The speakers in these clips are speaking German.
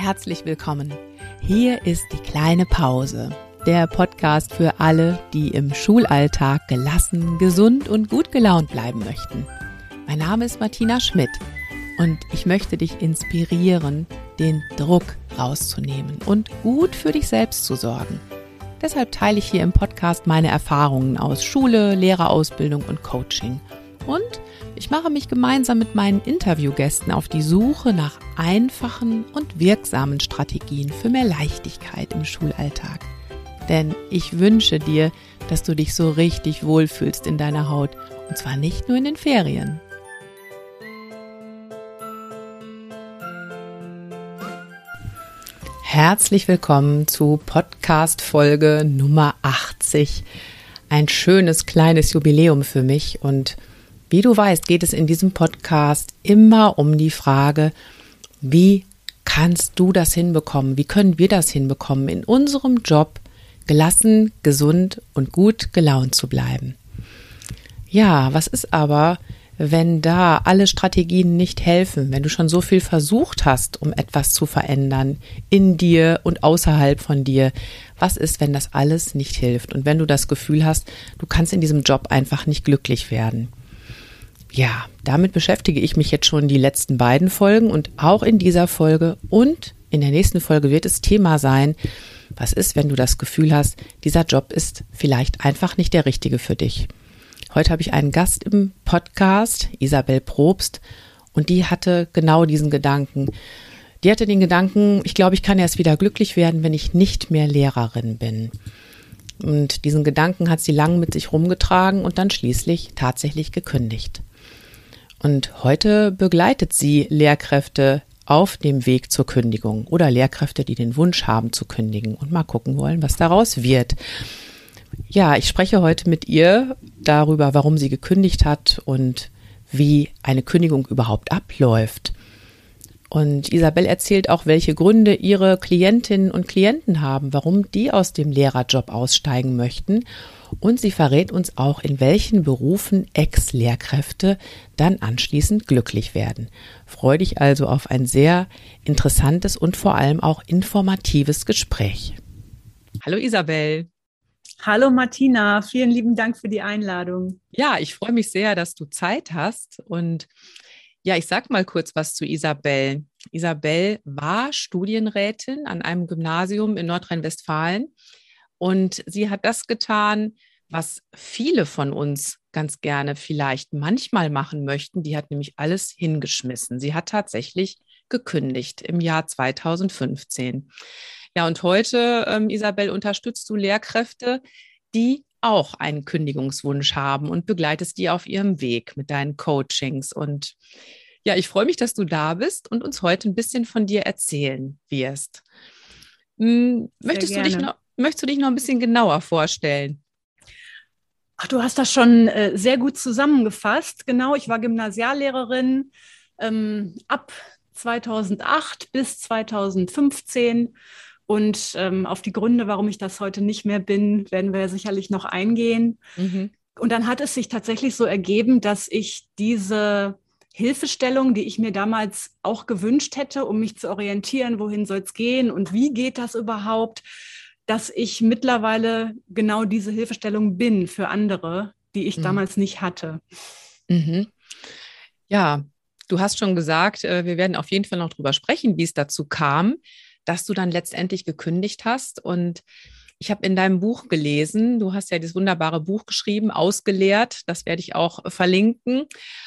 herzlich willkommen. Hier ist die kleine Pause, der Podcast für alle, die im Schulalltag gelassen, gesund und gut gelaunt bleiben möchten. Mein Name ist Martina Schmidt und ich möchte dich inspirieren, den Druck rauszunehmen und gut für dich selbst zu sorgen. Deshalb teile ich hier im Podcast meine Erfahrungen aus Schule, Lehrerausbildung und Coaching. Und ich mache mich gemeinsam mit meinen Interviewgästen auf die Suche nach einfachen und wirksamen Strategien für mehr Leichtigkeit im Schulalltag. Denn ich wünsche dir, dass du dich so richtig wohlfühlst in deiner Haut, und zwar nicht nur in den Ferien. Herzlich willkommen zu Podcast-Folge Nummer 80. Ein schönes kleines Jubiläum für mich, und wie du weißt, geht es in diesem Podcast immer um die Frage, wie kannst du das hinbekommen? Wie können wir das hinbekommen, in unserem Job gelassen, gesund und gut gelaunt zu bleiben? Ja, was ist aber, wenn da alle Strategien nicht helfen, wenn du schon so viel versucht hast, um etwas zu verändern in dir und außerhalb von dir? Was ist, wenn das alles nicht hilft und wenn du das Gefühl hast, du kannst in diesem Job einfach nicht glücklich werden? Ja, damit beschäftige ich mich jetzt schon die letzten beiden Folgen und auch in dieser Folge und in der nächsten Folge wird es Thema sein, was ist, wenn du das Gefühl hast, dieser Job ist vielleicht einfach nicht der richtige für dich. Heute habe ich einen Gast im Podcast, Isabel Probst, und die hatte genau diesen Gedanken. Die hatte den Gedanken, ich glaube, ich kann erst wieder glücklich werden, wenn ich nicht mehr Lehrerin bin. Und diesen Gedanken hat sie lang mit sich rumgetragen und dann schließlich tatsächlich gekündigt. Und heute begleitet sie Lehrkräfte auf dem Weg zur Kündigung oder Lehrkräfte, die den Wunsch haben zu kündigen und mal gucken wollen, was daraus wird. Ja, ich spreche heute mit ihr darüber, warum sie gekündigt hat und wie eine Kündigung überhaupt abläuft. Und Isabel erzählt auch, welche Gründe ihre Klientinnen und Klienten haben, warum die aus dem Lehrerjob aussteigen möchten. Und sie verrät uns auch, in welchen Berufen Ex-Lehrkräfte dann anschließend glücklich werden. Freu dich also auf ein sehr interessantes und vor allem auch informatives Gespräch. Hallo Isabel. Hallo Martina, vielen lieben Dank für die Einladung. Ja, ich freue mich sehr, dass du Zeit hast. Und ja, ich sag mal kurz was zu Isabel. Isabel war Studienrätin an einem Gymnasium in Nordrhein-Westfalen. Und sie hat das getan, was viele von uns ganz gerne vielleicht manchmal machen möchten. Die hat nämlich alles hingeschmissen. Sie hat tatsächlich gekündigt im Jahr 2015. Ja, und heute, Isabel, unterstützt du Lehrkräfte, die auch einen Kündigungswunsch haben und begleitest die auf ihrem Weg mit deinen Coachings. Und ja, ich freue mich, dass du da bist und uns heute ein bisschen von dir erzählen wirst. Möchtest du dich noch ein bisschen genauer vorstellen? Ach, du hast das schon sehr gut zusammengefasst. Genau, ich war Gymnasiallehrerin ab 2008 bis 2015. Und auf die Gründe, warum ich das heute nicht mehr bin, werden wir ja sicherlich noch eingehen. Mhm. Und dann hat es sich tatsächlich so ergeben, dass ich diese Hilfestellung, die ich mir damals auch gewünscht hätte, um mich zu orientieren, wohin soll es gehen und wie geht das überhaupt, dass ich mittlerweile genau diese Hilfestellung bin für andere, die ich damals nicht hatte. Mhm. Ja, du hast schon gesagt, wir werden auf jeden Fall noch drüber sprechen, wie es dazu kam, dass du dann letztendlich gekündigt hast. Und ich habe in deinem Buch gelesen, du hast ja dieses wunderbare Buch geschrieben, Ausgelehrt, das werde ich auch verlinken,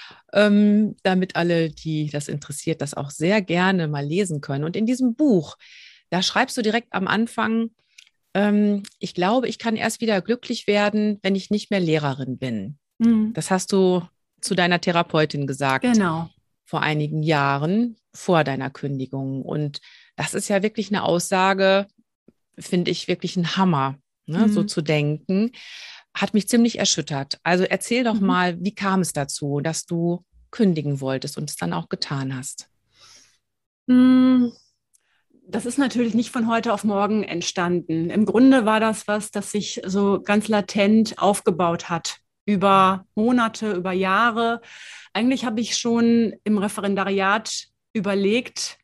damit alle, die das interessiert, das auch sehr gerne mal lesen können. Und in diesem Buch, da schreibst du direkt am Anfang, ich glaube, ich kann erst wieder glücklich werden, wenn ich nicht mehr Lehrerin bin. Mhm. Das hast du zu deiner Therapeutin gesagt. Genau. Vor einigen Jahren, vor deiner Kündigung. Und das ist ja wirklich eine Aussage, finde ich wirklich ein Hammer, ne? So zu denken. Hat mich ziemlich erschüttert. Also erzähl doch mal, wie kam es dazu, dass du kündigen wolltest und es dann auch getan hast? Das ist natürlich nicht von heute auf morgen entstanden. Im Grunde war das was, das sich so ganz latent aufgebaut hat. Über Monate, über Jahre. Eigentlich habe ich schon im Referendariat überlegt,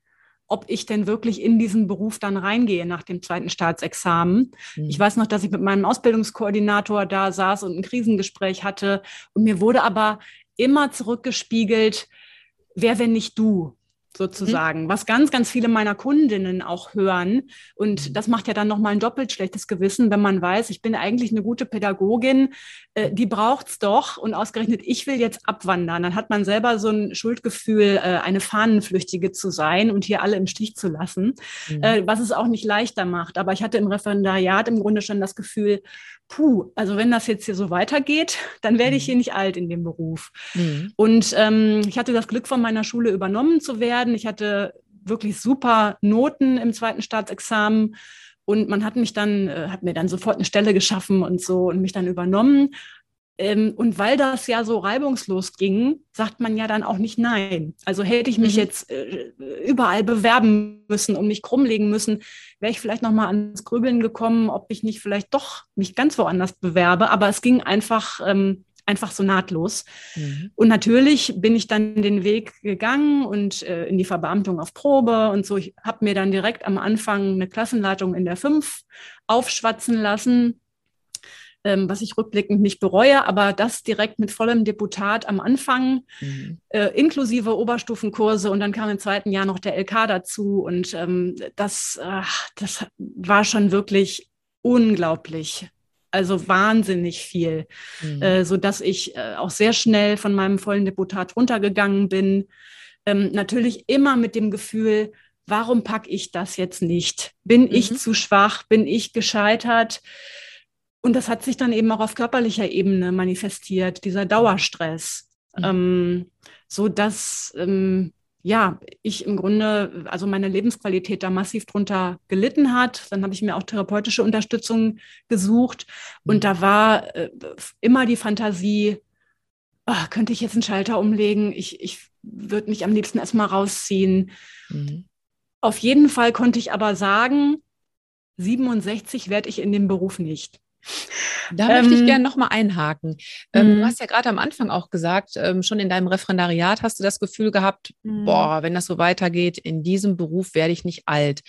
ob ich denn wirklich in diesen Beruf dann reingehe nach dem zweiten Staatsexamen. Ich weiß noch, dass ich mit meinem Ausbildungskoordinator da saß und ein Krisengespräch hatte. Und mir wurde aber immer zurückgespiegelt, wer, wenn nicht du, sozusagen, was ganz, ganz viele meiner Kundinnen auch hören. Und das macht ja dann nochmal ein doppelt schlechtes Gewissen, wenn man weiß, ich bin eigentlich eine gute Pädagogin, die braucht's doch und ausgerechnet, ich will jetzt abwandern. Dann hat man selber so ein Schuldgefühl, eine Fahnenflüchtige zu sein und hier alle im Stich zu lassen, was es auch nicht leichter macht. Aber ich hatte im Referendariat im Grunde schon das Gefühl, also wenn das jetzt hier so weitergeht, dann werde ich hier nicht alt in dem Beruf. Und ich hatte das Glück, von meiner Schule übernommen zu werden. Ich hatte wirklich super Noten im zweiten Staatsexamen und man hat mir dann sofort eine Stelle geschaffen und so und mich dann übernommen. Und weil das ja so reibungslos ging, sagt man ja dann auch nicht nein. Also hätte ich mich jetzt überall bewerben müssen und mich krummlegen müssen, wäre ich vielleicht noch mal ans Grübeln gekommen, ob ich nicht vielleicht doch mich ganz woanders bewerbe. Aber es ging einfach so nahtlos. Und natürlich bin ich dann den Weg gegangen und in die Verbeamtung auf Probe und so. Ich habe mir dann direkt am Anfang eine Klassenleitung in der 5 aufschwatzen lassen, was ich rückblickend nicht bereue, aber das direkt mit vollem Deputat am Anfang, inklusive Oberstufenkurse, und dann kam im zweiten Jahr noch der LK dazu und das war schon wirklich unglaublich. Also wahnsinnig viel, so dass ich auch sehr schnell von meinem vollen Deputat runtergegangen bin. Natürlich immer mit dem Gefühl, warum packe ich das jetzt nicht? Bin ich zu schwach? Bin ich gescheitert? Und das hat sich dann eben auch auf körperlicher Ebene manifestiert, dieser Dauerstress, so dass ich im Grunde, also meine Lebensqualität da massiv drunter gelitten hat. Dann habe ich mir auch therapeutische Unterstützung gesucht. Und da war immer die Fantasie, könnte ich jetzt einen Schalter umlegen? Ich würde mich am liebsten erstmal rausziehen. Auf jeden Fall konnte ich aber sagen, 67 werde ich in dem Beruf nicht. Da möchte ich gerne nochmal einhaken. Du hast ja gerade am Anfang auch gesagt, schon in deinem Referendariat hast du das Gefühl gehabt, wenn das so weitergeht, in diesem Beruf werde ich nicht alt.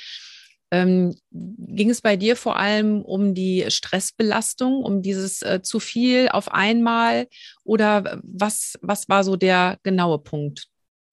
Ging es bei dir vor allem um die Stressbelastung, um dieses zu viel auf einmal, oder was war so der genaue Punkt?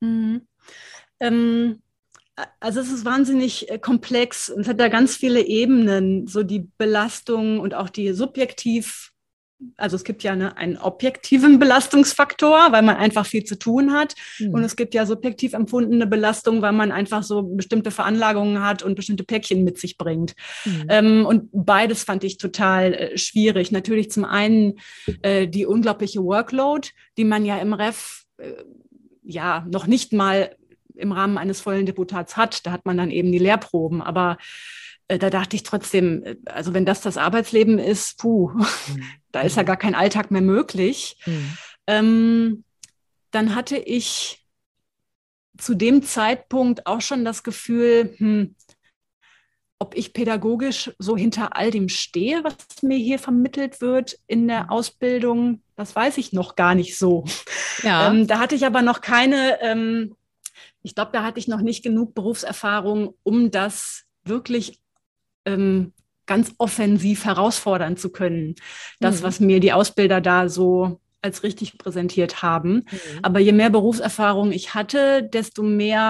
Also es ist wahnsinnig komplex und es hat da ganz viele Ebenen, so die Belastung und auch die also es gibt ja einen objektiven Belastungsfaktor, weil man einfach viel zu tun hat, und es gibt ja subjektiv empfundene Belastung, weil man einfach so bestimmte Veranlagungen hat und bestimmte Päckchen mit sich bringt. Und beides fand ich total schwierig. Natürlich zum einen die unglaubliche Workload, die man ja im Ref noch nicht mal im Rahmen eines vollen Deputats hat. Da hat man dann eben die Lehrproben. Aber da dachte ich trotzdem, also wenn das Arbeitsleben ist, da ist ja gar kein Alltag mehr möglich. Dann hatte ich zu dem Zeitpunkt auch schon das Gefühl, ob ich pädagogisch so hinter all dem stehe, was mir hier vermittelt wird in der Ausbildung, das weiß ich noch gar nicht so. Ja. Da hatte ich aber noch keine... Ich glaube, da hatte ich noch nicht genug Berufserfahrung, um das wirklich ganz offensiv herausfordern zu können. Das, was mir die Ausbilder da so als richtig präsentiert haben. Aber je mehr Berufserfahrung ich hatte, desto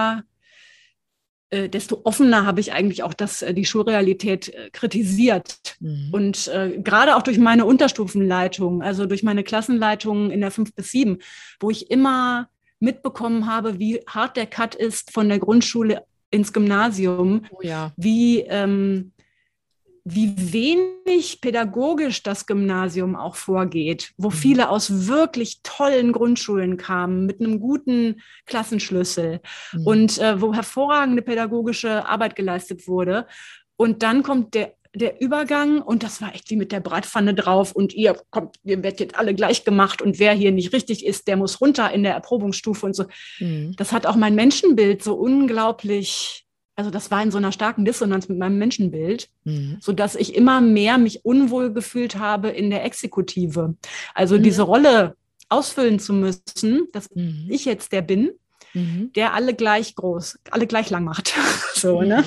offener habe ich eigentlich auch die Schulrealität kritisiert. Und gerade auch durch meine Unterstufenleitung, also durch meine Klassenleitung in der 5 bis 7, wo ich immer mitbekommen habe, wie hart der Cut ist von der Grundschule ins Gymnasium, wie wenig pädagogisch das Gymnasium auch vorgeht, wo viele aus wirklich tollen Grundschulen kamen, mit einem guten Klassenschlüssel und wo hervorragende pädagogische Arbeit geleistet wurde. Und dann kommt der Übergang, und das war echt wie mit der Bratpfanne drauf, und ihr werdet jetzt alle gleich gemacht, und wer hier nicht richtig ist, der muss runter in der Erprobungsstufe und so. Das hat auch mein Menschenbild so unglaublich, also das war in so einer starken Dissonanz mit meinem Menschenbild, sodass ich immer mehr mich unwohl gefühlt habe in der Exekutive. Also diese Rolle ausfüllen zu müssen, dass ich jetzt der bin, der alle gleich groß, alle gleich lang macht. So, ne?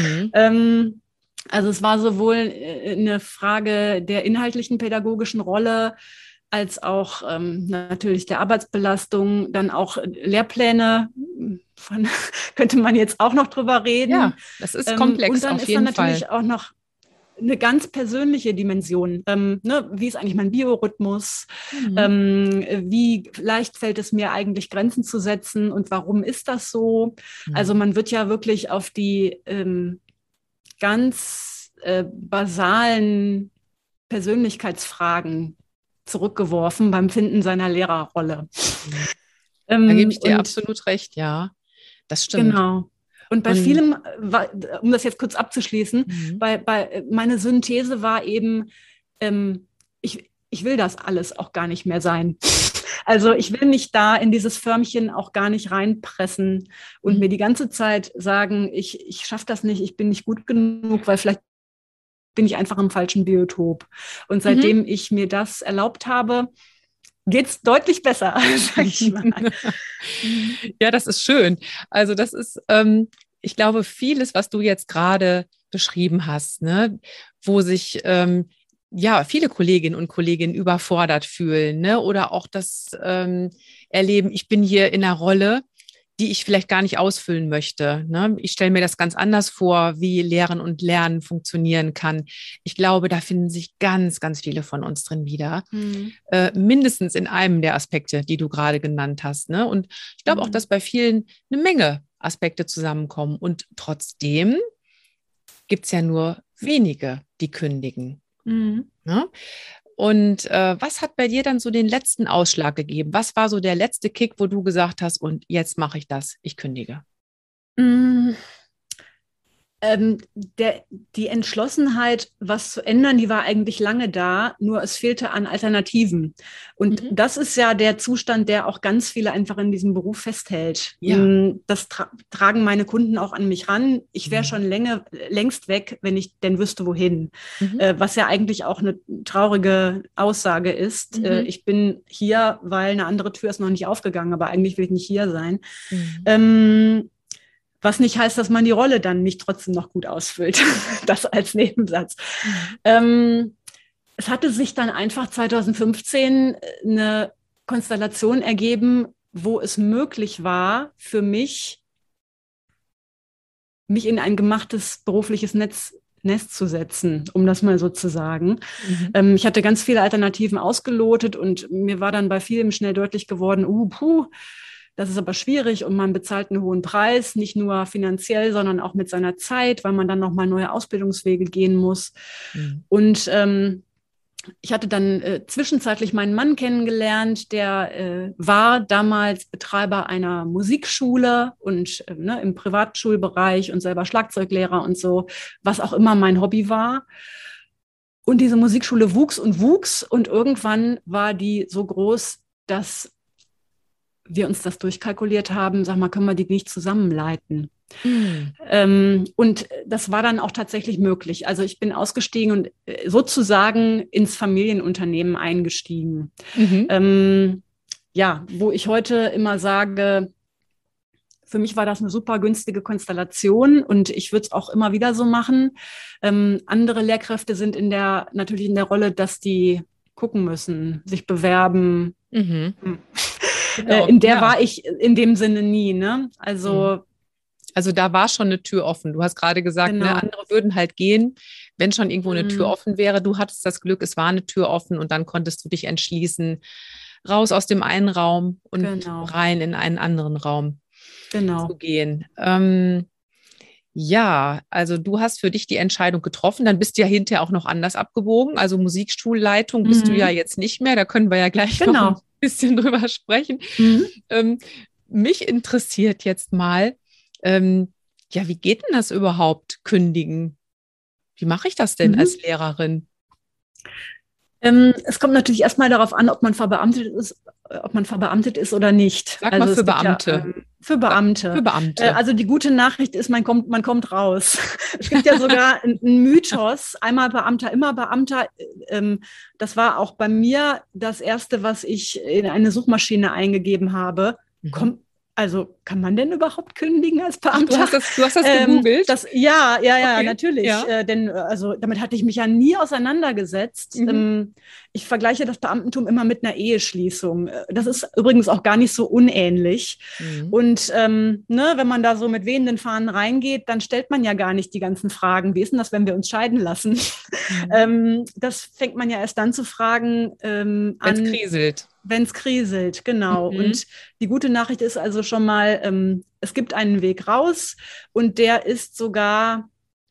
Also es war sowohl eine Frage der inhaltlichen pädagogischen Rolle, als auch natürlich der Arbeitsbelastung, dann auch Lehrpläne, könnte man jetzt auch noch drüber reden. Ja, das ist komplex und dann auf ist jeden dann natürlich Fall. auch noch eine ganz persönliche Dimension. Ne? Wie ist eigentlich mein Biorhythmus? Wie leicht fällt es mir eigentlich, Grenzen zu setzen und warum ist das so? Also man wird ja wirklich auf die ganz basalen Persönlichkeitsfragen zurückgeworfen beim Finden seiner Lehrerrolle. Da gebe ich dir absolut recht, ja. Das stimmt. Genau. Und bei vielem, um das jetzt kurz abzuschließen, meine Synthese war eben, ich will das alles auch gar nicht mehr sein. Also ich will mich da in dieses Förmchen auch gar nicht reinpressen und mir die ganze Zeit sagen, ich schaffe das nicht, ich bin nicht gut genug, weil vielleicht bin ich einfach im falschen Biotop. Und seitdem ich mir das erlaubt habe, geht es deutlich besser, sag ich mal. Ja, das ist schön. Also das ist, ich glaube, vieles, was du jetzt gerade beschrieben hast, ne, wo sich viele Kolleginnen und Kollegen überfordert fühlen, ne, oder auch das erleben, ich bin hier in einer Rolle, die ich vielleicht gar nicht ausfüllen möchte. Ne? Ich stelle mir das ganz anders vor, wie Lehren und Lernen funktionieren kann. Ich glaube, da finden sich ganz, ganz viele von uns drin wieder. Mindestens in einem der Aspekte, die du gerade genannt hast. Ne? Und ich glaube auch, dass bei vielen eine Menge Aspekte zusammenkommen. Und trotzdem gibt es ja nur wenige, die kündigen. Ne? Und was hat bei dir dann so den letzten Ausschlag gegeben? Was war so der letzte Kick, wo du gesagt hast, und jetzt mache ich das, ich kündige? Die Entschlossenheit, was zu ändern, die war eigentlich lange da, nur es fehlte an Alternativen. Und das ist ja der Zustand, der auch ganz viele einfach in diesem Beruf festhält. Ja. Das tragen meine Kunden auch an mich ran. Ich wäre schon längst weg, wenn ich denn wüsste, wohin. Was ja eigentlich auch eine traurige Aussage ist. Ich bin hier, weil eine andere Tür ist noch nicht aufgegangen, aber eigentlich will ich nicht hier sein. Was nicht heißt, dass man die Rolle dann nicht trotzdem noch gut ausfüllt. Das als Nebensatz. Es hatte sich dann einfach 2015 eine Konstellation ergeben, wo es möglich war, für mich in ein gemachtes berufliches Nest zu setzen, um das mal so zu sagen. Ich hatte ganz viele Alternativen ausgelotet und mir war dann bei vielem schnell deutlich geworden, das ist aber schwierig und man bezahlt einen hohen Preis, nicht nur finanziell, sondern auch mit seiner Zeit, weil man dann nochmal neue Ausbildungswege gehen muss. Und ich hatte dann zwischenzeitlich meinen Mann kennengelernt, der war damals Betreiber einer Musikschule und im Privatschulbereich und selber Schlagzeuglehrer und so, was auch immer mein Hobby war. Und diese Musikschule wuchs und irgendwann war die so groß, dass wir uns das durchkalkuliert haben, sag mal, können wir die nicht zusammenleiten? Und das war dann auch tatsächlich möglich. Also ich bin ausgestiegen und sozusagen ins Familienunternehmen eingestiegen. Wo ich heute immer sage, für mich war das eine super günstige Konstellation und ich würde es auch immer wieder so machen. Andere Lehrkräfte sind natürlich in der Rolle, dass die gucken müssen, sich bewerben. Genau, in der war ich in dem Sinne nie, ne? Also da war schon eine Tür offen. Du hast gerade gesagt, genau. Ne, andere würden halt gehen, wenn schon irgendwo eine Tür offen wäre. Du hattest das Glück, es war eine Tür offen und dann konntest du dich entschließen, raus aus dem einen Raum und rein in einen anderen Raum zu gehen. Ja, also du hast für dich die Entscheidung getroffen, dann bist du ja hinterher auch noch anders abgebogen. Also Musikschulleitung bist du ja jetzt nicht mehr, da können wir ja gleich noch ein bisschen drüber sprechen. Mich interessiert jetzt mal, wie geht denn das überhaupt, kündigen? Wie mache ich das denn als Lehrerin? Es kommt natürlich erstmal darauf an, ob man verbeamtet ist oder nicht. Sag mal für Beamte. Für Beamte. Für Beamte. Also die gute Nachricht ist, man kommt raus. Es gibt ja sogar einen Mythos, einmal Beamter, immer Beamter. Das war auch bei kann man denn überhaupt kündigen als Beamter? Du hast das gegoogelt? Ja, Okay. natürlich. Ja. Denn also damit hatte ich mich ja nie auseinandergesetzt. Ich vergleiche das Beamtentum immer mit einer Eheschließung. Das ist übrigens auch gar nicht so unähnlich. Und wenn man da so mit wehenden Fahnen reingeht, dann stellt man ja gar nicht die ganzen Fragen. Wie ist denn das, wenn wir uns scheiden lassen? Das fängt man ja erst dann zu fragen, wenn es kriselt. Wenn es kriselt, genau. Und die gute Nachricht ist also schon mal, es gibt einen Weg raus und der ist sogar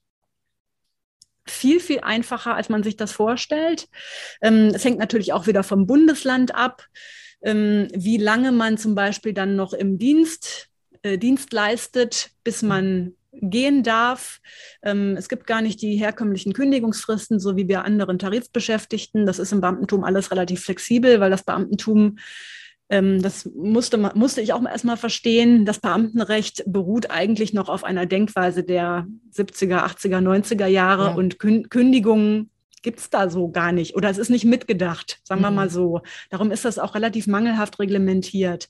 viel, viel einfacher, als man sich das vorstellt. Es hängt natürlich auch wieder vom Bundesland ab, wie lange man zum Beispiel dann noch im Dienst leistet, bis man gehen darf. Es gibt gar nicht die herkömmlichen Kündigungsfristen, so wie bei anderen Tarifbeschäftigten. Das ist im Beamtentum alles relativ flexibel, weil das Beamtentum, das musste ich auch erstmal verstehen, das Beamtenrecht beruht eigentlich noch auf einer Denkweise der 70er, 80er, 90er Jahre und Kündigungen gibt es da so gar nicht oder es ist nicht mitgedacht, sagen wir mal so. Darum ist das auch relativ mangelhaft reglementiert.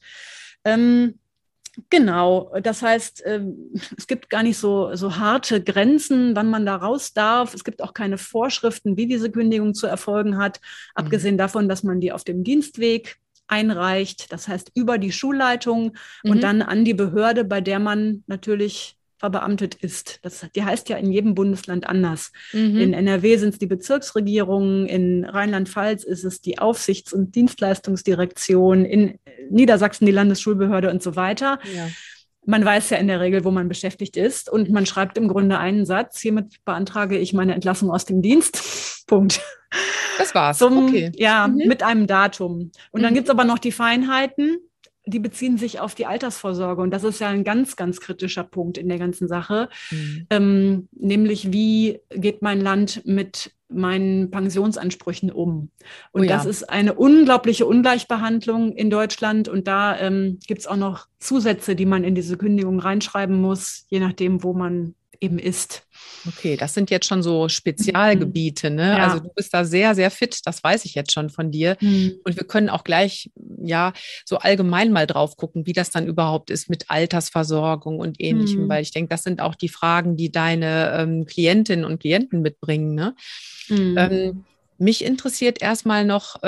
Genau, das heißt, es gibt gar nicht so harte Grenzen, wann man da raus darf. Es gibt auch keine Vorschriften, wie diese Kündigung zu erfolgen hat, abgesehen davon, dass man die auf dem Dienstweg einreicht, das heißt über die Schulleitung und dann an die Behörde, bei der man natürlich verbeamtet ist. Die heißt ja in jedem Bundesland anders. In NRW sind es die Bezirksregierungen, in Rheinland-Pfalz ist es die Aufsichts- und Dienstleistungsdirektion, in Niedersachsen die Landesschulbehörde und so weiter. Ja. Man weiß ja in der Regel, wo man beschäftigt ist und man schreibt im Grunde einen Satz, hiermit beantrage ich meine Entlassung aus dem Dienst. Punkt. Das war's. Okay. Ja, mit einem Datum. Und dann gibt es aber noch die Feinheiten, die beziehen sich auf die Altersvorsorge. Und das ist ja ein ganz, ganz kritischer Punkt in der ganzen Sache. Nämlich, wie geht mein Land mit meinen Pensionsansprüchen um? Und das ist eine unglaubliche Ungleichbehandlung in Deutschland. Und da gibt es auch noch Zusätze, die man in diese Kündigung reinschreiben muss, je nachdem, wo man eben ist. Okay, das sind jetzt schon so Spezialgebiete, ne? Ja. Also du bist da sehr, sehr fit, das weiß ich jetzt schon von dir. Und wir können auch gleich, so allgemein mal drauf gucken, wie das dann überhaupt ist mit Altersversorgung und Ähnlichem, weil ich denke, das sind auch die Fragen, die deine Klientinnen und Klienten mitbringen, ne? Mich interessiert erstmal noch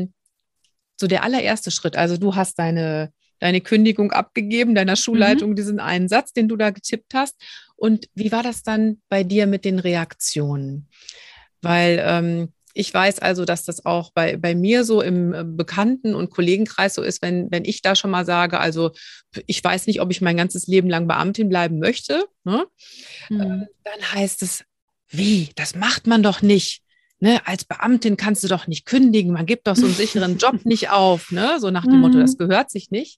so der allererste Schritt. Also du hast deine Kündigung abgegeben, deiner Schulleitung, diesen einen Satz, den du da getippt hast. Und wie war das dann bei dir mit den Reaktionen? Weil ich weiß also, dass das auch bei mir so im Bekannten- und Kollegenkreis so ist, wenn ich da schon mal sage, also ich weiß nicht, ob ich mein ganzes Leben lang Beamtin bleiben möchte, ne? Dann heißt es, wie? Das macht man doch nicht. Ne, als Beamtin kannst du doch nicht kündigen, man gibt doch so einen sicheren Job nicht auf, ne? So nach dem Motto, das gehört sich nicht.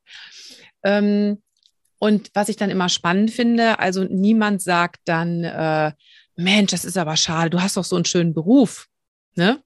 Und was ich dann immer spannend finde, also niemand sagt dann, Mensch, das ist aber schade, du hast doch so einen schönen Beruf, ne?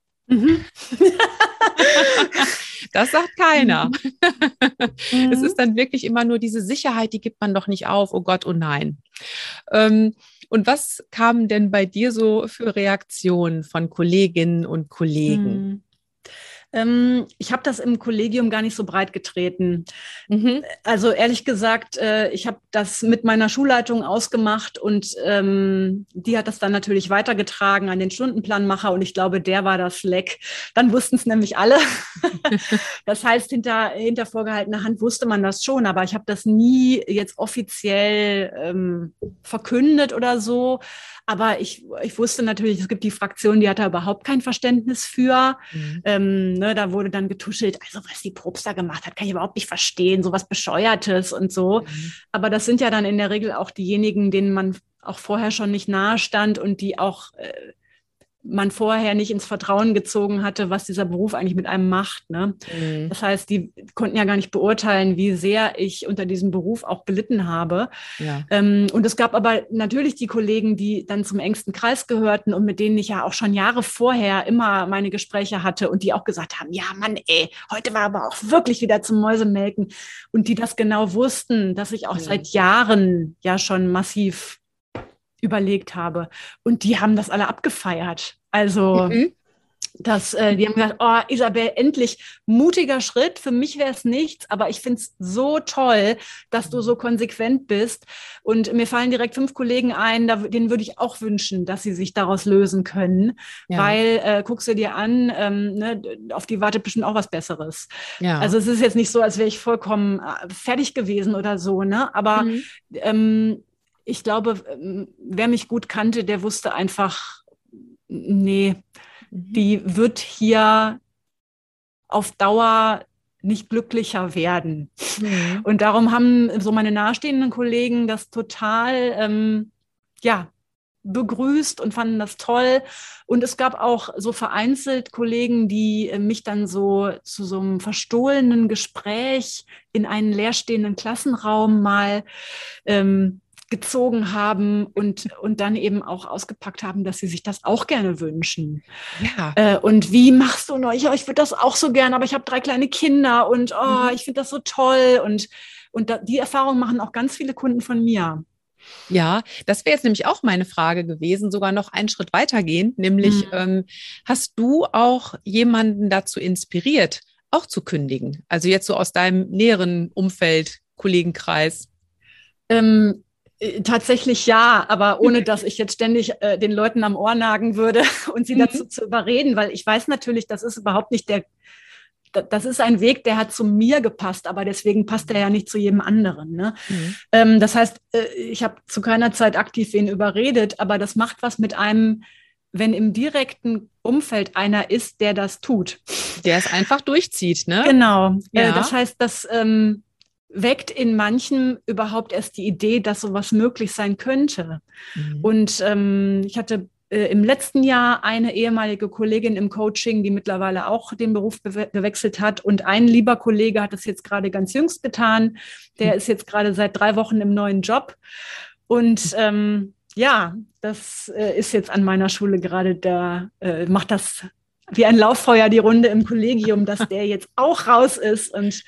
Das sagt keiner. Es ist dann wirklich immer nur diese Sicherheit, die gibt man doch nicht auf, oh Gott, oh nein. Und was kamen denn bei dir so für Reaktionen von Kolleginnen und Kollegen? Ich habe das im Kollegium gar nicht so breit getreten. Also ehrlich gesagt, ich habe das mit meiner Schulleitung ausgemacht und die hat das dann natürlich weitergetragen an den Stundenplanmacher und ich glaube, der war das Leck. Dann wussten es nämlich alle. Das heißt, hinter vorgehaltener Hand wusste man das schon, aber ich habe das nie jetzt offiziell verkündet oder so. Aber ich wusste natürlich, es gibt die Fraktion, die hat da überhaupt kein Verständnis für. Da wurde dann getuschelt, also was die Probst da gemacht hat, kann ich überhaupt nicht verstehen, so was Bescheuertes und so. Aber das sind ja dann in der Regel auch diejenigen, denen man auch vorher schon nicht nahe stand und die auch man vorher nicht ins Vertrauen gezogen hatte, was dieser Beruf eigentlich mit einem macht, ne? Das heißt, die konnten ja gar nicht beurteilen, wie sehr ich unter diesem Beruf auch gelitten habe. Ja. Und es gab aber natürlich die Kollegen, die dann zum engsten Kreis gehörten und mit denen ich ja auch schon Jahre vorher immer meine Gespräche hatte und die auch gesagt haben, ja Mann, heute war aber auch wirklich wieder zum Mäusemelken und die das genau wussten, dass ich auch seit Jahren ja schon massiv überlegt habe. Und die haben das alle abgefeiert. Also Die haben gesagt, oh, Isabel, endlich mutiger Schritt. Für mich wäre es nichts, aber ich finde es so toll, dass du so konsequent bist. Und mir fallen direkt 5 Kollegen ein, denen würde ich auch wünschen, dass sie sich daraus lösen können. Ja. Weil, guckst du dir an, ne, auf die wartet bestimmt auch was Besseres. Ja. Also es ist jetzt nicht so, als wäre ich vollkommen fertig gewesen oder so, ne? Aber ich glaube, wer mich gut kannte, der wusste einfach, nee, die wird hier auf Dauer nicht glücklicher werden. Mhm. Und darum haben so meine nahestehenden Kollegen das total, begrüßt und fanden das toll. Und es gab auch so vereinzelt Kollegen, die mich dann so zu so einem verstohlenen Gespräch in einen leerstehenden Klassenraum mal gezogen haben und dann eben auch ausgepackt haben, dass sie sich das auch gerne wünschen. Ja. Und wie machst du noch? Ich würde das auch so gerne, aber ich habe 3 kleine Kinder und ich finde das so toll. Und die Erfahrung machen auch ganz viele Kunden von mir. Ja, das wäre jetzt nämlich auch meine Frage gewesen, sogar noch einen Schritt weitergehend, nämlich hast du auch jemanden dazu inspiriert, auch zu kündigen? Also jetzt so aus deinem näheren Umfeld, Kollegenkreis? Tatsächlich ja, aber ohne dass ich jetzt ständig den Leuten am Ohr nagen würde und sie dazu zu überreden, weil ich weiß natürlich, das ist überhaupt nicht das ist ein Weg, der hat zu mir gepasst, aber deswegen passt er ja nicht zu jedem anderen. Ne? Das heißt, ich habe zu keiner Zeit aktiv wen überredet, aber das macht was mit einem, wenn im direkten Umfeld einer ist, der das tut. Der es einfach durchzieht, ne? Genau. Ja. Das heißt, das weckt in manchem überhaupt erst die Idee, dass sowas möglich sein könnte. Und ich hatte im letzten Jahr eine ehemalige Kollegin im Coaching, die mittlerweile auch den Beruf gewechselt hat. Und ein lieber Kollege hat das jetzt gerade ganz jüngst getan. Der ist jetzt gerade seit 3 Wochen im neuen Job. Und das ist jetzt an meiner Schule gerade da, macht das wie ein Lauffeuer die Runde im Kollegium, dass der jetzt auch raus ist. Und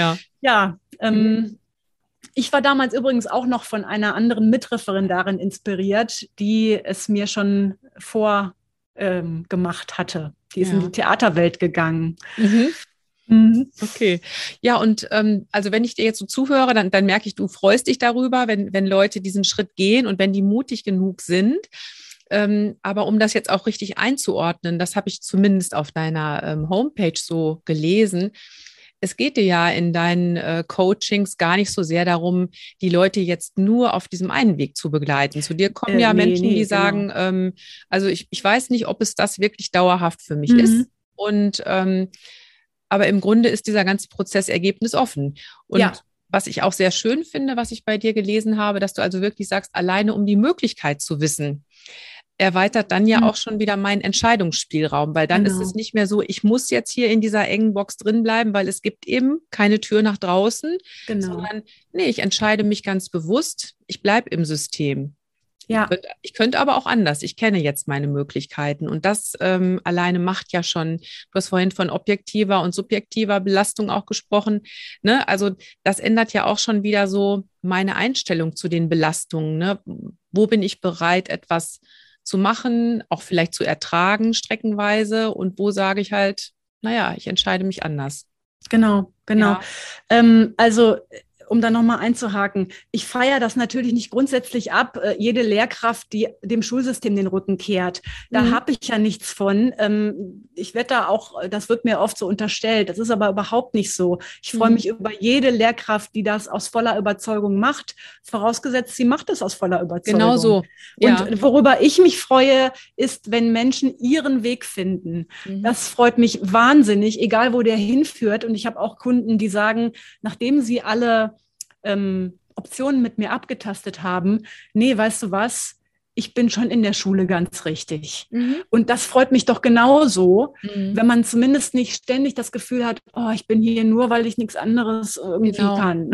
ich war damals übrigens auch noch von einer anderen Mitreferendarin inspiriert, die es mir schon vorgemacht hatte. Die ist in die Theaterwelt gegangen. Okay. Ja, und also wenn ich dir jetzt so zuhöre, dann merke ich, du freust dich darüber, wenn Leute diesen Schritt gehen und wenn die mutig genug sind. Aber um das jetzt auch richtig einzuordnen, das habe ich zumindest auf deiner Homepage so gelesen. Es geht dir ja in deinen Coachings gar nicht so sehr darum, die Leute jetzt nur auf diesem einen Weg zu begleiten. Zu dir kommen Menschen, die sagen, also ich weiß nicht, ob es das wirklich dauerhaft für mich ist. Und aber im Grunde ist dieser ganze Prozess ergebnisoffen. Und was ich auch sehr schön finde, was ich bei dir gelesen habe, dass du also wirklich sagst, alleine um die Möglichkeit zu wissen, erweitert dann ja auch schon wieder meinen Entscheidungsspielraum, weil dann ist es nicht mehr so, ich muss jetzt hier in dieser engen Box drin bleiben, weil es gibt eben keine Tür nach draußen, sondern nee, ich entscheide mich ganz bewusst, ich bleibe im System. Ja. Ich könnte aber auch anders. Ich kenne jetzt meine Möglichkeiten und das alleine macht ja schon, du hast vorhin von objektiver und subjektiver Belastung auch gesprochen, ne? Also das ändert ja auch schon wieder so meine Einstellung zu den Belastungen, ne? Wo bin ich bereit, etwas zu machen, auch vielleicht zu ertragen streckenweise und wo sage ich halt, naja, ich entscheide mich anders. Genau. Ja. Also um da nochmal einzuhaken, ich feiere das natürlich nicht grundsätzlich ab, jede Lehrkraft, die dem Schulsystem den Rücken kehrt. Da habe ich ja nichts von. Ich werde da auch, das wird mir oft so unterstellt, das ist aber überhaupt nicht so. Ich freue mich über jede Lehrkraft, die das aus voller Überzeugung macht, vorausgesetzt, sie macht es aus voller Überzeugung. Genau so. Ja. Und worüber ich mich freue, ist, wenn Menschen ihren Weg finden. Das freut mich wahnsinnig, egal wo der hinführt. Und ich habe auch Kunden, die sagen, nachdem sie alle Optionen mit mir abgetastet haben, nee, weißt du was, ich bin schon in der Schule ganz richtig. Und das freut mich doch genauso, wenn man zumindest nicht ständig das Gefühl hat, oh, ich bin hier nur, weil ich nichts anderes irgendwie kann.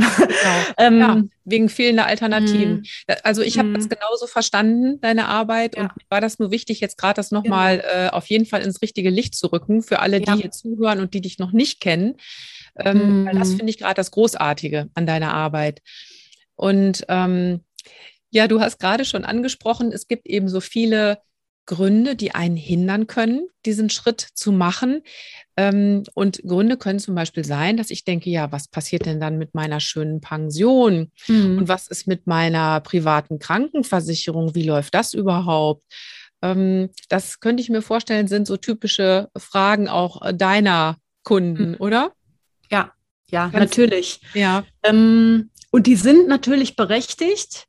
Ja, wegen fehlender Alternativen. Also ich habe das genauso verstanden, deine Arbeit, und mir war das nur wichtig, jetzt gerade das nochmal auf jeden Fall ins richtige Licht zu rücken, für alle, die hier zuhören und die dich noch nicht kennen. Weil das finde ich gerade das Großartige an deiner Arbeit. Und ja, du hast gerade schon angesprochen, es gibt eben so viele Gründe, die einen hindern können, diesen Schritt zu machen. Und Gründe können zum Beispiel sein, dass ich denke, ja, was passiert denn dann mit meiner schönen Pension? Und was ist mit meiner privaten Krankenversicherung? Wie läuft das überhaupt? Das könnte ich mir vorstellen, sind so typische Fragen auch deiner Kunden, oder? Ja, ja, Kannst, natürlich. ja. Und die sind natürlich berechtigt.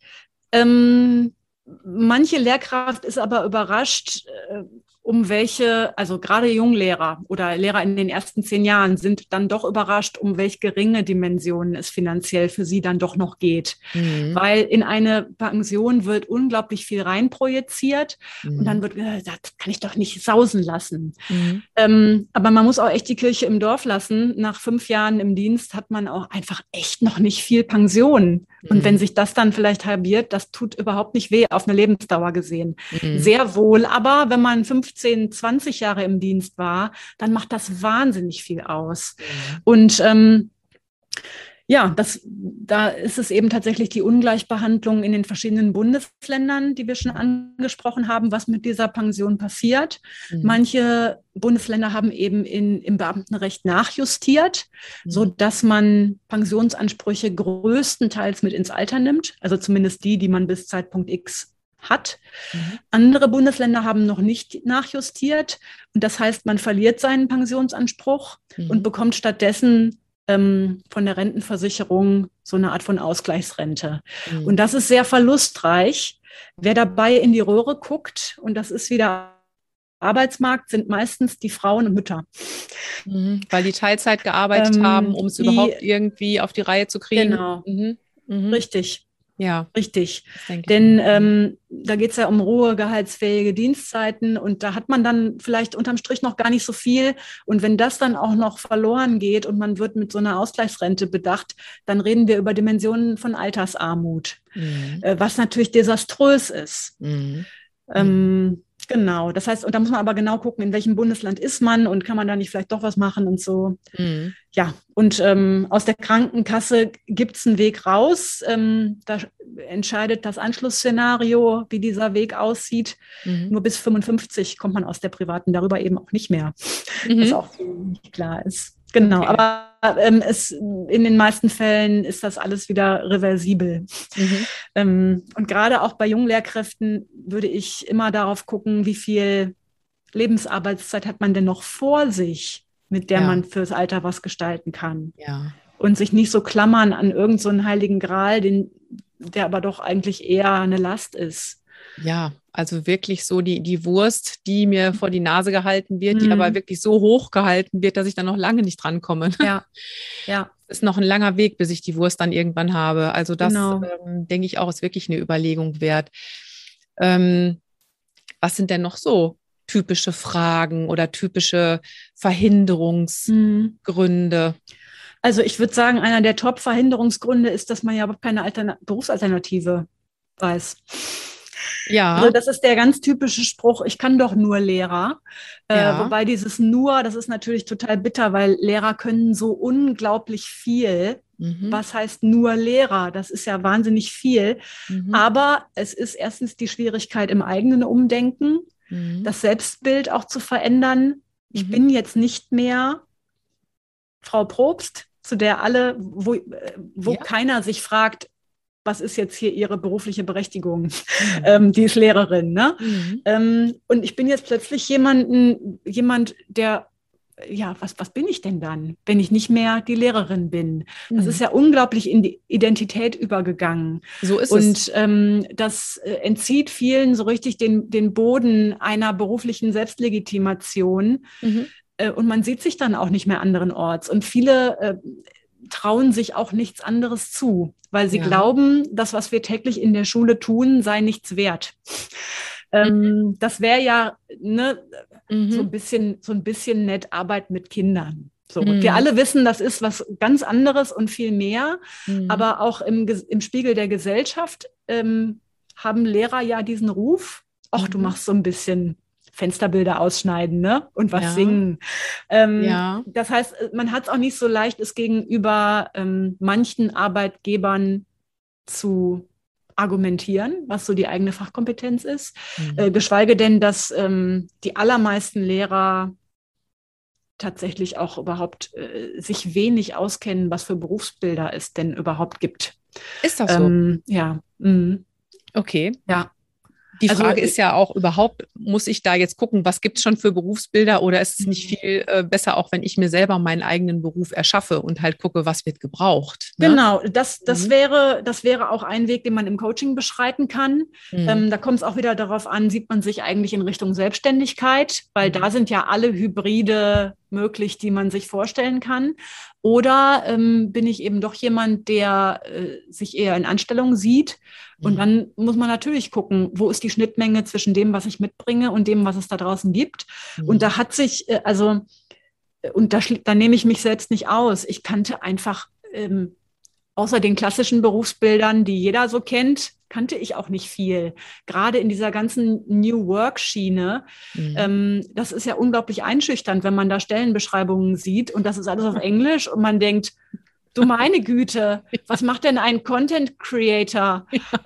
Manche Lehrkraft ist aber überrascht, um welche, also gerade Junglehrer oder Lehrer in den ersten 10 Jahren sind dann doch überrascht, um welche geringe Dimensionen es finanziell für sie dann doch noch geht. Weil in eine Pension wird unglaublich viel reinprojiziert und dann wird gesagt, das kann ich doch nicht sausen lassen. Aber man muss auch echt die Kirche im Dorf lassen. Nach 5 Jahren im Dienst hat man auch einfach echt noch nicht viel Pension. Und wenn sich das dann vielleicht halbiert, das tut überhaupt nicht weh, auf eine Lebensdauer gesehen. Sehr wohl, aber wenn man 15, 20 Jahre im Dienst war, dann macht das wahnsinnig viel aus. Und ja, da ist es eben tatsächlich die Ungleichbehandlung in den verschiedenen Bundesländern, die wir schon angesprochen haben, was mit dieser Pension passiert. Manche Bundesländer haben eben im Beamtenrecht nachjustiert, sodass man Pensionsansprüche größtenteils mit ins Alter nimmt, also zumindest die man bis Zeitpunkt X hat. Andere Bundesländer haben noch nicht nachjustiert und das heißt, man verliert seinen Pensionsanspruch und bekommt stattdessen von der Rentenversicherung so eine Art von Ausgleichsrente. Und das ist sehr verlustreich. Wer dabei in die Röhre guckt, und das ist wieder Arbeitsmarkt, sind meistens die Frauen und Mütter. Weil die Teilzeit gearbeitet haben, um es überhaupt irgendwie auf die Reihe zu kriegen. Genau, richtig. Ja, richtig. Denn da geht es ja um rohe, gehaltsfähige Dienstzeiten und da hat man dann vielleicht unterm Strich noch gar nicht so viel. Und wenn das dann auch noch verloren geht und man wird mit so einer Ausgleichsrente bedacht, dann reden wir über Dimensionen von Altersarmut, was natürlich desaströs ist. Genau, das heißt, und da muss man aber genau gucken, in welchem Bundesland ist man und kann man da nicht vielleicht doch was machen und so. Ja, und aus der Krankenkasse gibt es einen Weg raus. Da entscheidet das Anschlussszenario, wie dieser Weg aussieht. Nur bis 55 kommt man aus der privaten, darüber eben auch nicht mehr, was auch nicht klar ist. Genau, okay. Aber in den meisten Fällen ist das alles wieder reversibel. Und gerade auch bei jungen Lehrkräften würde ich immer darauf gucken, wie viel Lebensarbeitszeit hat man denn noch vor sich, mit der man fürs Alter was gestalten kann. Ja. Und sich nicht so klammern an irgend so einen heiligen Gral, der aber doch eigentlich eher eine Last ist. Ja, also wirklich so die Wurst, die mir vor die Nase gehalten wird, die aber wirklich so hoch gehalten wird, dass ich dann noch lange nicht drankomme. Ja, ja. Es ist noch ein langer Weg, bis ich die Wurst dann irgendwann habe. Also das, denke ich auch, ist wirklich eine Überlegung wert. Was sind denn noch so typische Fragen oder typische Verhinderungsgründe? Also ich würde sagen, einer der Top-Verhinderungsgründe ist, dass man ja überhaupt keine Berufsalternative weiß. Ja. Also das ist der ganz typische Spruch, ich kann doch nur Lehrer. Wobei dieses nur, das ist natürlich total bitter, weil Lehrer können so unglaublich viel. Was heißt nur Lehrer? Das ist ja wahnsinnig viel. Aber es ist erstens die Schwierigkeit im eigenen Umdenken, das Selbstbild auch zu verändern. Ich bin jetzt nicht mehr Frau Probst, zu der alle, wo keiner sich fragt, was ist jetzt hier ihre berufliche Berechtigung? Die ist Lehrerin, ne? Und ich bin jetzt plötzlich jemand, der, ja, was bin ich denn dann, wenn ich nicht mehr die Lehrerin bin? Das ist ja unglaublich in die Identität übergegangen. So ist es. Und das entzieht vielen so richtig den Boden einer beruflichen Selbstlegitimation. Und man sieht sich dann auch nicht mehr anderenorts. Und viele trauen sich auch nichts anderes zu, weil sie glauben, das, was wir täglich in der Schule tun, sei nichts wert. Das wäre ja so ein bisschen nett Arbeit mit Kindern. So. Wir alle wissen, das ist was ganz anderes und viel mehr, aber auch im Spiegel der Gesellschaft haben Lehrer ja diesen Ruf, ach, du machst so ein bisschen Fensterbilder ausschneiden, ne? Und was singen. Das heißt, man hat es auch nicht so leicht, es gegenüber manchen Arbeitgebern zu argumentieren, was so die eigene Fachkompetenz ist. Geschweige denn, dass die allermeisten Lehrer tatsächlich auch überhaupt sich wenig auskennen, was für Berufsbilder es denn überhaupt gibt. Ist das so? Ja. Okay. Ja. Die Frage ist ja auch überhaupt, muss ich da jetzt gucken, was gibt es schon für Berufsbilder oder ist es nicht viel besser, auch wenn ich mir selber meinen eigenen Beruf erschaffe und halt gucke, was wird gebraucht? Ne? Genau, das wäre auch ein Weg, den man im Coaching beschreiten kann. Da kommt es auch wieder darauf an, sieht man sich eigentlich in Richtung Selbstständigkeit, weil da sind ja alle Hybride möglich, die man sich vorstellen kann. Oder bin ich eben doch jemand, der sich eher in Anstellung sieht? Und dann muss man natürlich gucken, wo ist die Schnittmenge zwischen dem, was ich mitbringe und dem, was es da draußen gibt. Und da hat sich, da nehme ich mich selbst nicht aus. Ich kannte einfach, außer den klassischen Berufsbildern, die jeder so kennt, kannte ich auch nicht viel. Gerade in dieser ganzen New Work-Schiene. Das ist ja unglaublich einschüchternd, wenn man da Stellenbeschreibungen sieht und das ist alles auf Englisch und man denkt, du meine Güte, was macht denn ein Content Creator?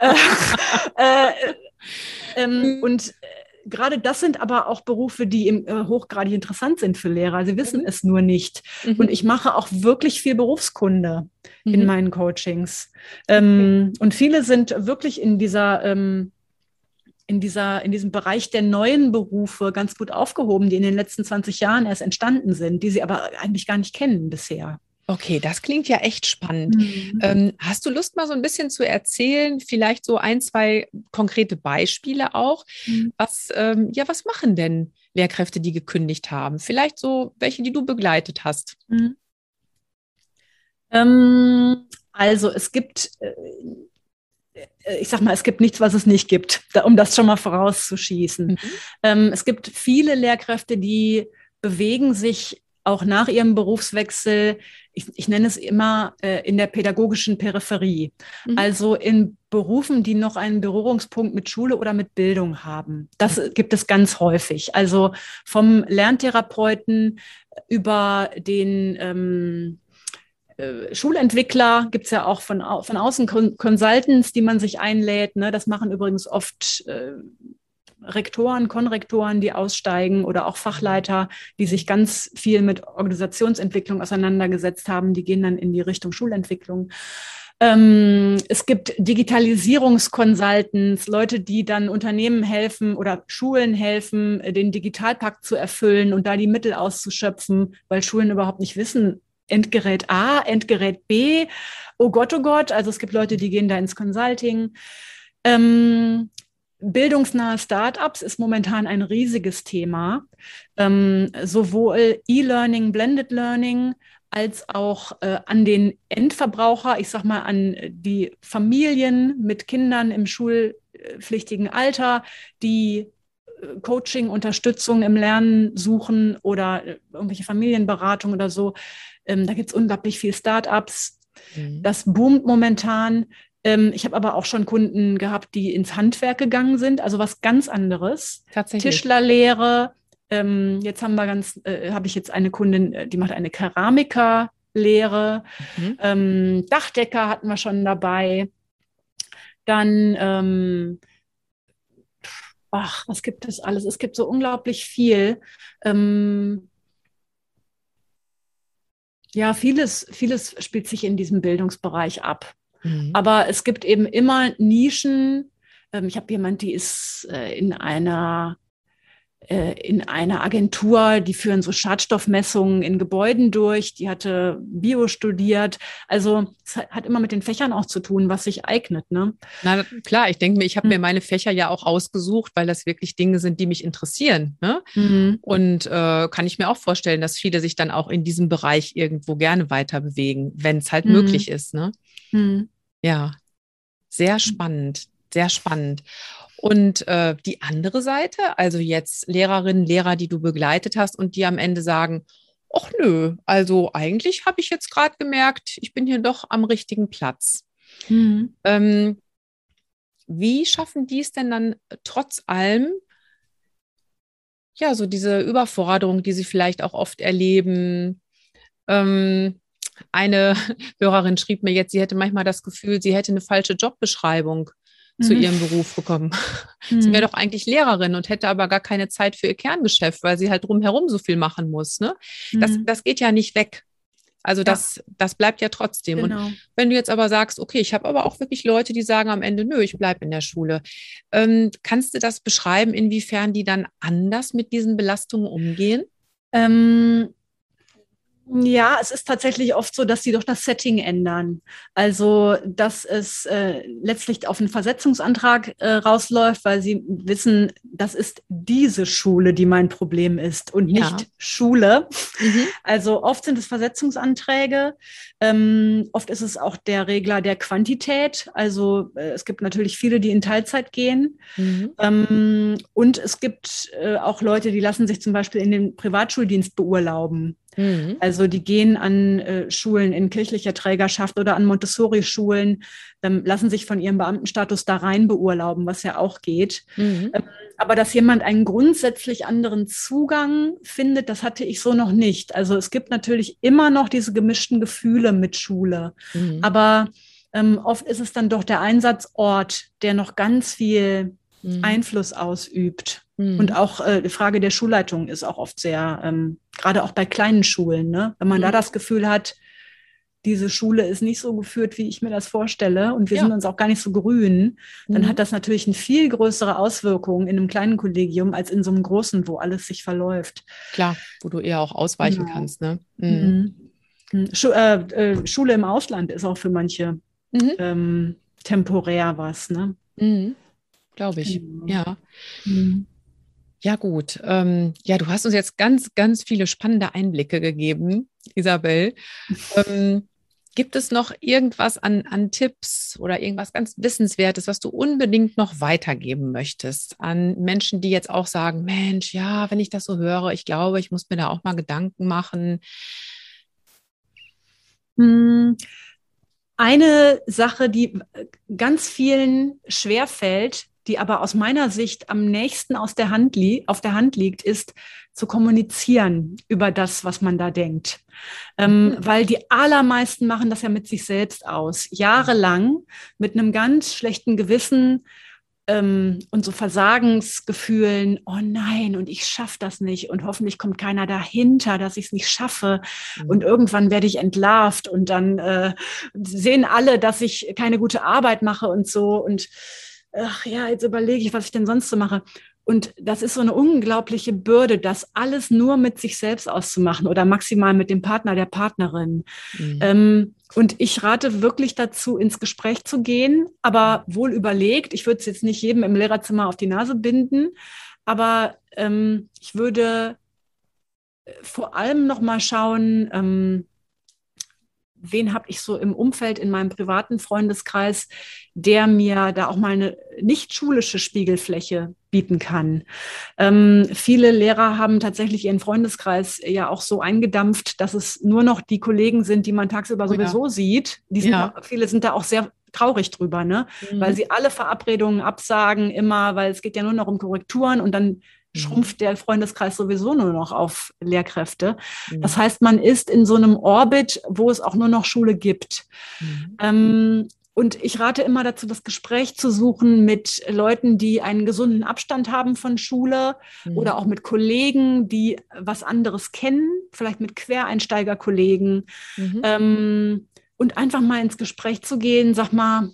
Und gerade das sind aber auch Berufe, die hochgradig interessant sind für Lehrer. Sie wissen es nur nicht. Und ich mache auch wirklich viel Berufskunde in meinen Coachings. Und viele sind wirklich in diesem Bereich der neuen Berufe ganz gut aufgehoben, die in den letzten 20 Jahren erst entstanden sind, die sie aber eigentlich gar nicht kennen bisher. Okay, das klingt ja echt spannend. Hast du Lust, mal so ein bisschen zu erzählen, vielleicht so ein, zwei konkrete Beispiele auch? Was machen denn Lehrkräfte, die gekündigt haben? Vielleicht so welche, die du begleitet hast. Also es gibt, ich sag mal, es gibt nichts, was es nicht gibt, um das schon mal vorauszuschießen. Es gibt viele Lehrkräfte, die bewegen sich auch nach ihrem Berufswechsel, ich nenne es immer in der pädagogischen Peripherie, also in Berufen, die noch einen Berührungspunkt mit Schule oder mit Bildung haben. Das gibt es ganz häufig. Also vom Lerntherapeuten über den Schulentwickler gibt es ja auch von außen Consultants, die man sich einlädt. Ne? Das machen übrigens oft Rektoren, Konrektoren, die aussteigen oder auch Fachleiter, die sich ganz viel mit Organisationsentwicklung auseinandergesetzt haben, die gehen dann in die Richtung Schulentwicklung. Es gibt Digitalisierungskonsultants, Leute, die dann Unternehmen helfen oder Schulen helfen, den Digitalpakt zu erfüllen und da die Mittel auszuschöpfen, weil Schulen überhaupt nicht wissen, Endgerät A, Endgerät B, oh Gott, oh Gott. Also es gibt Leute, die gehen da ins Consulting. Bildungsnahe Startups ist momentan ein riesiges Thema. Sowohl E-Learning, Blended Learning, als auch an den Endverbraucher, ich sag mal an die Familien mit Kindern im schulpflichtigen Alter, die Coaching, Unterstützung im Lernen suchen oder irgendwelche Familienberatung oder so. Da gibt es unglaublich viel Startups. Das boomt momentan. Ich habe aber auch schon Kunden gehabt, die ins Handwerk gegangen sind, also was ganz anderes. Tatsächlich. Tischlerlehre. Jetzt habe ich jetzt eine Kundin, die macht eine Keramikerlehre. Dachdecker hatten wir schon dabei. Dann was gibt es alles? Es gibt so unglaublich viel. Ja, vieles spielt sich in diesem Bildungsbereich ab. Aber es gibt eben immer Nischen. Ich habe jemand, die ist in einer Agentur, die führen so Schadstoffmessungen in Gebäuden durch. Die hatte Bio studiert. Also es hat immer mit den Fächern auch zu tun, was sich eignet. Ne? Na klar, ich denke mir, ich habe mir meine Fächer ja auch ausgesucht, weil das wirklich Dinge sind, die mich interessieren. Ne? Und kann ich mir auch vorstellen, dass viele sich dann auch in diesem Bereich irgendwo gerne weiter bewegen, wenn es halt möglich ist. Ne? Ja, sehr spannend, sehr spannend. Und die andere Seite, also jetzt Lehrerinnen, Lehrer, die du begleitet hast und die am Ende sagen, ach nö, also eigentlich habe ich jetzt gerade gemerkt, ich bin hier doch am richtigen Platz. Wie schaffen die es denn dann trotz allem, ja, so diese Überforderung, die sie vielleicht auch oft erleben? Eine Hörerin schrieb mir jetzt, sie hätte manchmal das Gefühl, sie hätte eine falsche Jobbeschreibung zu Mhm. ihrem Beruf gekommen. Sie wäre Mhm. doch eigentlich Lehrerin und hätte aber gar keine Zeit für ihr Kerngeschäft, weil sie halt drumherum so viel machen muss. Ne? Mhm. Das geht ja nicht weg. Also Ja, das bleibt ja trotzdem. Und genau. wenn du jetzt aber sagst, okay, ich habe aber auch wirklich Leute, die sagen am Ende, nö, ich bleibe in der Schule. Kannst du das beschreiben, inwiefern die dann anders mit diesen Belastungen umgehen? Ähm, Ja, es ist tatsächlich oft so, dass sie doch das Setting ändern. Also, dass es letztlich auf einen Versetzungsantrag rausläuft, weil sie wissen, das ist diese Schule, die mein Problem ist und Ja. nicht Schule. Mhm. Also oft sind es Versetzungsanträge. Oft ist es auch der Regler der Quantität. Also es gibt natürlich viele, die in Teilzeit gehen. Mhm. Und es gibt auch Leute, die lassen sich zum Beispiel in den Privatschuldienst beurlauben. Mhm. Also die gehen an Schulen in kirchlicher Trägerschaft oder an Montessori-Schulen, lassen sich von ihrem Beamtenstatus da rein beurlauben, was ja auch geht. Mhm. Ähm, aber dass jemand einen grundsätzlich anderen Zugang findet, das hatte ich so noch nicht. Also es gibt natürlich immer noch diese gemischten Gefühle mit Schule. Mhm. Aber oft ist es dann doch der Einsatzort, der noch ganz viel Mhm. Einfluss ausübt. Und Mhm. auch die Frage der Schulleitung ist auch oft sehr, gerade auch bei kleinen Schulen, ne? Wenn man da das Gefühl hat, diese Schule ist nicht so geführt, wie ich mir das vorstelle, und wir sind Ja. uns auch gar nicht so grün, dann Mhm. hat das natürlich eine viel größere Auswirkung in einem kleinen Kollegium als in so einem großen, wo alles sich verläuft. Klar, wo du eher auch ausweichen Genau. kannst, ne? Mhm. Mhm. Schule im Ausland ist auch für manche Mhm. temporär was, ne? Mhm. Glaube ich. Genau. Ja. Mhm. Ja, gut. Ja, du hast uns jetzt ganz, ganz viele spannende Einblicke gegeben, Isabel. Ähm, Gibt es noch irgendwas an Tipps oder irgendwas ganz Wissenswertes, was du unbedingt noch weitergeben möchtest an Menschen, die jetzt auch sagen, Mensch, ja, wenn ich das so höre, ich glaube, ich muss mir da auch mal Gedanken machen. Mhm. Eine Sache, die ganz vielen schwerfällt, die aber aus meiner Sicht am nächsten auf der Hand liegt, ist zu kommunizieren über das, was man da denkt. Mhm. Weil die allermeisten machen das ja mit sich selbst aus. Jahrelang mit einem ganz schlechten Gewissen und so Versagensgefühlen, oh nein, und ich schaffe das nicht und hoffentlich kommt keiner dahinter, dass ich es nicht schaffe und Mhm. irgendwann werde ich entlarvt und dann sehen alle, dass ich keine gute Arbeit mache und so und ach ja, jetzt überlege ich, was ich denn sonst so mache. Und das ist so eine unglaubliche Bürde, das alles nur mit sich selbst auszumachen oder maximal mit dem Partner, der Partnerin. Mhm. Und ich rate wirklich dazu, ins Gespräch zu gehen, aber wohl überlegt. Ich würde es jetzt nicht jedem im Lehrerzimmer auf die Nase binden, aber ich würde vor allem noch mal schauen, wen habe ich so im Umfeld in meinem privaten Freundeskreis, der mir da auch mal eine nicht schulische Spiegelfläche bieten kann. Viele Lehrer haben tatsächlich ihren Freundeskreis ja auch so eingedampft, dass es nur noch die Kollegen sind, die man tagsüber Oh ja, sowieso sieht. ja. Viele sind da auch sehr traurig drüber, ne? Weil Mhm. sie alle Verabredungen absagen immer, weil es geht ja nur noch um Korrekturen und dann Mhm. schrumpft der Freundeskreis sowieso nur noch auf Lehrkräfte. Das Mhm. heißt, man ist in so einem Orbit, wo es auch nur noch Schule gibt. Mhm. Und ich rate immer dazu, das Gespräch zu suchen mit Leuten, die einen gesunden Abstand haben von Schule oder Mhm. auch mit Kollegen, die was anderes kennen, vielleicht mit Quereinsteigerkollegen. Mhm. Ähm, und einfach mal ins Gespräch zu gehen, sag mal,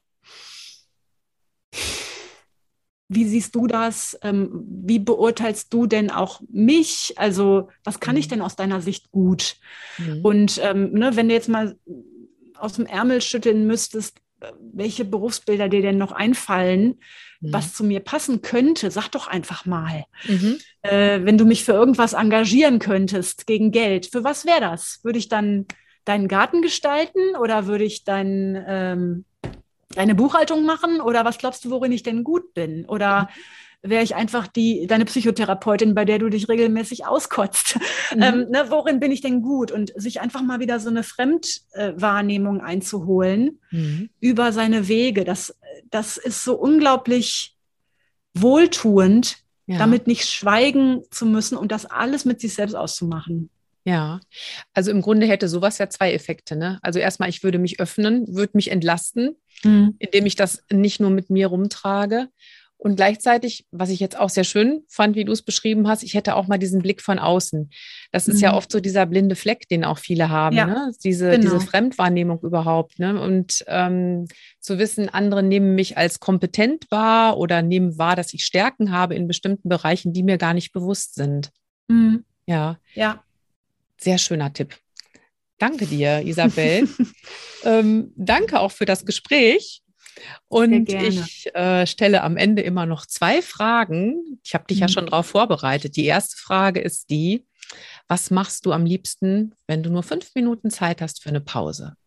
wie siehst du das? Wie beurteilst du denn auch mich? Also, was kann ich Mhm. denn aus deiner Sicht gut? Mhm. Und ne, wenn du jetzt mal aus dem Ärmel schütteln müsstest, welche Berufsbilder dir denn noch einfallen, Mhm. was zu mir passen könnte, sag doch einfach mal. Mhm. Wenn du mich für irgendwas engagieren könntest gegen Geld, für was wäre das? Würde ich dann deinen Garten gestalten oder würde ich deine Buchhaltung machen oder was glaubst du, worin ich denn gut bin? Oder wäre ich einfach deine Psychotherapeutin, bei der du dich regelmäßig auskotzt? Mhm. Ne, worin bin ich denn gut? Und sich einfach mal wieder so eine Fremdwahrnehmung einzuholen Mhm. über seine Wege, das ist so unglaublich wohltuend, Ja. damit nicht schweigen zu müssen und das alles mit sich selbst auszumachen. Ja, also im Grunde hätte sowas ja zwei Effekte, ne? Also erstmal, ich würde mich öffnen, würde mich entlasten. indem ich das nicht nur mit mir rumtrage. Und gleichzeitig, was ich jetzt auch sehr schön fand, wie du es beschrieben hast, ich hätte auch mal diesen Blick von außen. Das ist ja oft so dieser blinde Fleck, den auch viele haben, Ja, ne? Diese Fremdwahrnehmung überhaupt, ne? Und zu wissen, andere nehmen mich als kompetent wahr oder nehmen wahr, dass ich Stärken habe in bestimmten Bereichen, die mir gar nicht bewusst sind. Ja, sehr schöner Tipp. Danke dir, Isabel. Danke auch für das Gespräch. Und ich stelle am Ende immer noch 2 Fragen. Ich habe dich ja schon darauf vorbereitet. Die erste Frage ist die: Was machst du am liebsten, wenn du nur 5 Minuten Zeit hast für eine Pause?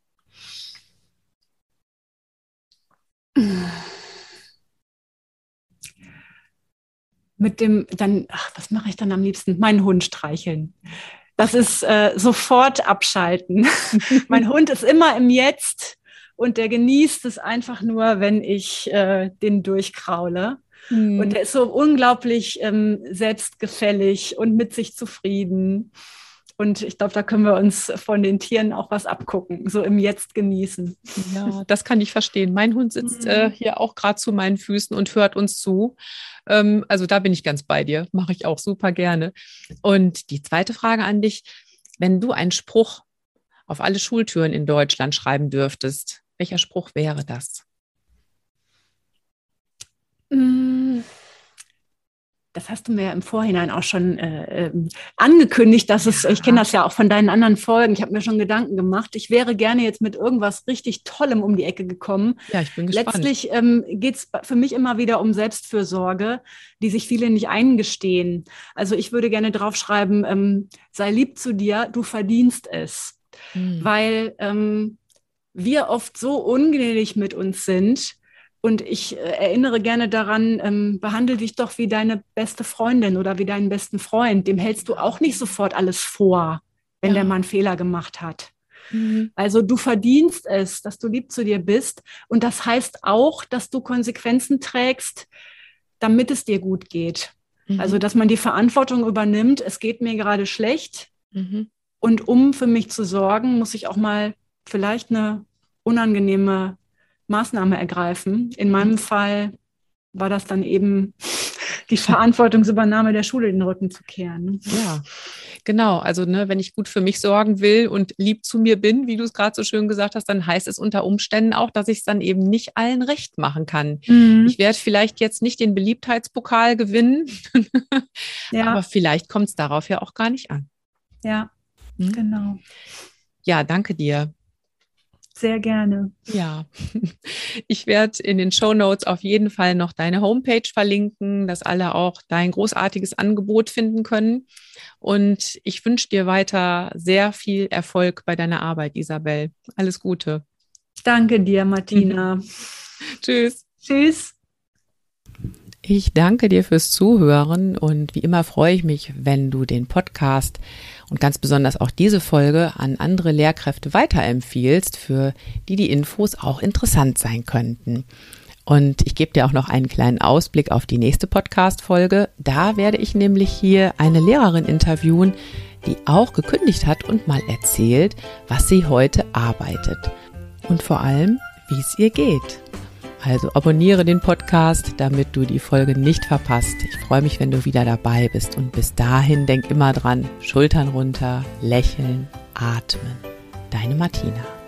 Was mache ich dann am liebsten? Meinen Hund streicheln. Das ist sofort abschalten. Mein Hund ist immer im Jetzt. Und der genießt es einfach nur, wenn ich den durchkraule. Und der ist so unglaublich selbstgefällig und mit sich zufrieden. Und ich glaube, da können wir uns von den Tieren auch was abgucken, so im Jetzt genießen. Ja, das kann ich verstehen. Mein Hund sitzt hier auch gerade zu meinen Füßen und hört uns zu. Also da bin ich ganz bei dir. Mache ich auch super gerne. Und die zweite Frage an dich: Wenn du einen Spruch auf alle Schultüren in Deutschland schreiben dürftest, welcher Spruch wäre das? Das hast du mir ja im Vorhinein auch schon angekündigt, ich kenne das ja auch von deinen anderen Folgen, ich habe mir schon Gedanken gemacht. Ich wäre gerne jetzt mit irgendwas richtig Tollem um die Ecke gekommen. Ja, ich bin gespannt. Letztlich geht es für mich immer wieder um Selbstfürsorge, die sich viele nicht eingestehen. Also ich würde gerne draufschreiben, sei lieb zu dir, du verdienst es. Weil wir oft so ungnädig mit uns sind. Und ich erinnere gerne daran, behandle dich doch wie deine beste Freundin oder wie deinen besten Freund. Dem hältst du auch nicht sofort alles vor, wenn der mal einen Fehler gemacht hat. Also du verdienst es, dass du lieb zu dir bist. Und das heißt auch, dass du Konsequenzen trägst, damit es dir gut geht. Also dass man die Verantwortung übernimmt, es geht mir gerade schlecht. Und um für mich zu sorgen, muss ich auch mal vielleicht eine unangenehme Maßnahme ergreifen. In meinem Fall war das dann eben die Verantwortungsübernahme der Schule den Rücken zu kehren. Ja, genau. Also wenn ich gut für mich sorgen will und lieb zu mir bin, wie du es gerade so schön gesagt hast, dann heißt es unter Umständen auch, dass ich es dann eben nicht allen recht machen kann. Ich werde vielleicht jetzt nicht den Beliebtheitspokal gewinnen, aber vielleicht kommt es darauf ja auch gar nicht an. Ja, genau. Ja, danke dir. Sehr gerne. Ja, ich werde in den Shownotes auf jeden Fall noch deine Homepage verlinken, dass alle auch dein großartiges Angebot finden können. Und ich wünsche dir weiter sehr viel Erfolg bei deiner Arbeit, Isabel. Alles Gute. Danke dir, Martina. Tschüss. Tschüss. Ich danke dir fürs Zuhören und wie immer freue ich mich, wenn du den Podcast und ganz besonders auch diese Folge an andere Lehrkräfte weiterempfiehlst, für die Infos auch interessant sein könnten. Und ich gebe dir auch noch einen kleinen Ausblick auf die nächste Podcast-Folge. Da werde ich nämlich hier eine Lehrerin interviewen, die auch gekündigt hat und mal erzählt, was sie heute arbeitet und vor allem, wie es ihr geht. Also abonniere den Podcast, damit du die Folge nicht verpasst. Ich freue mich, wenn du wieder dabei bist. Und bis dahin denk immer dran, Schultern runter, lächeln, atmen. Deine Martina.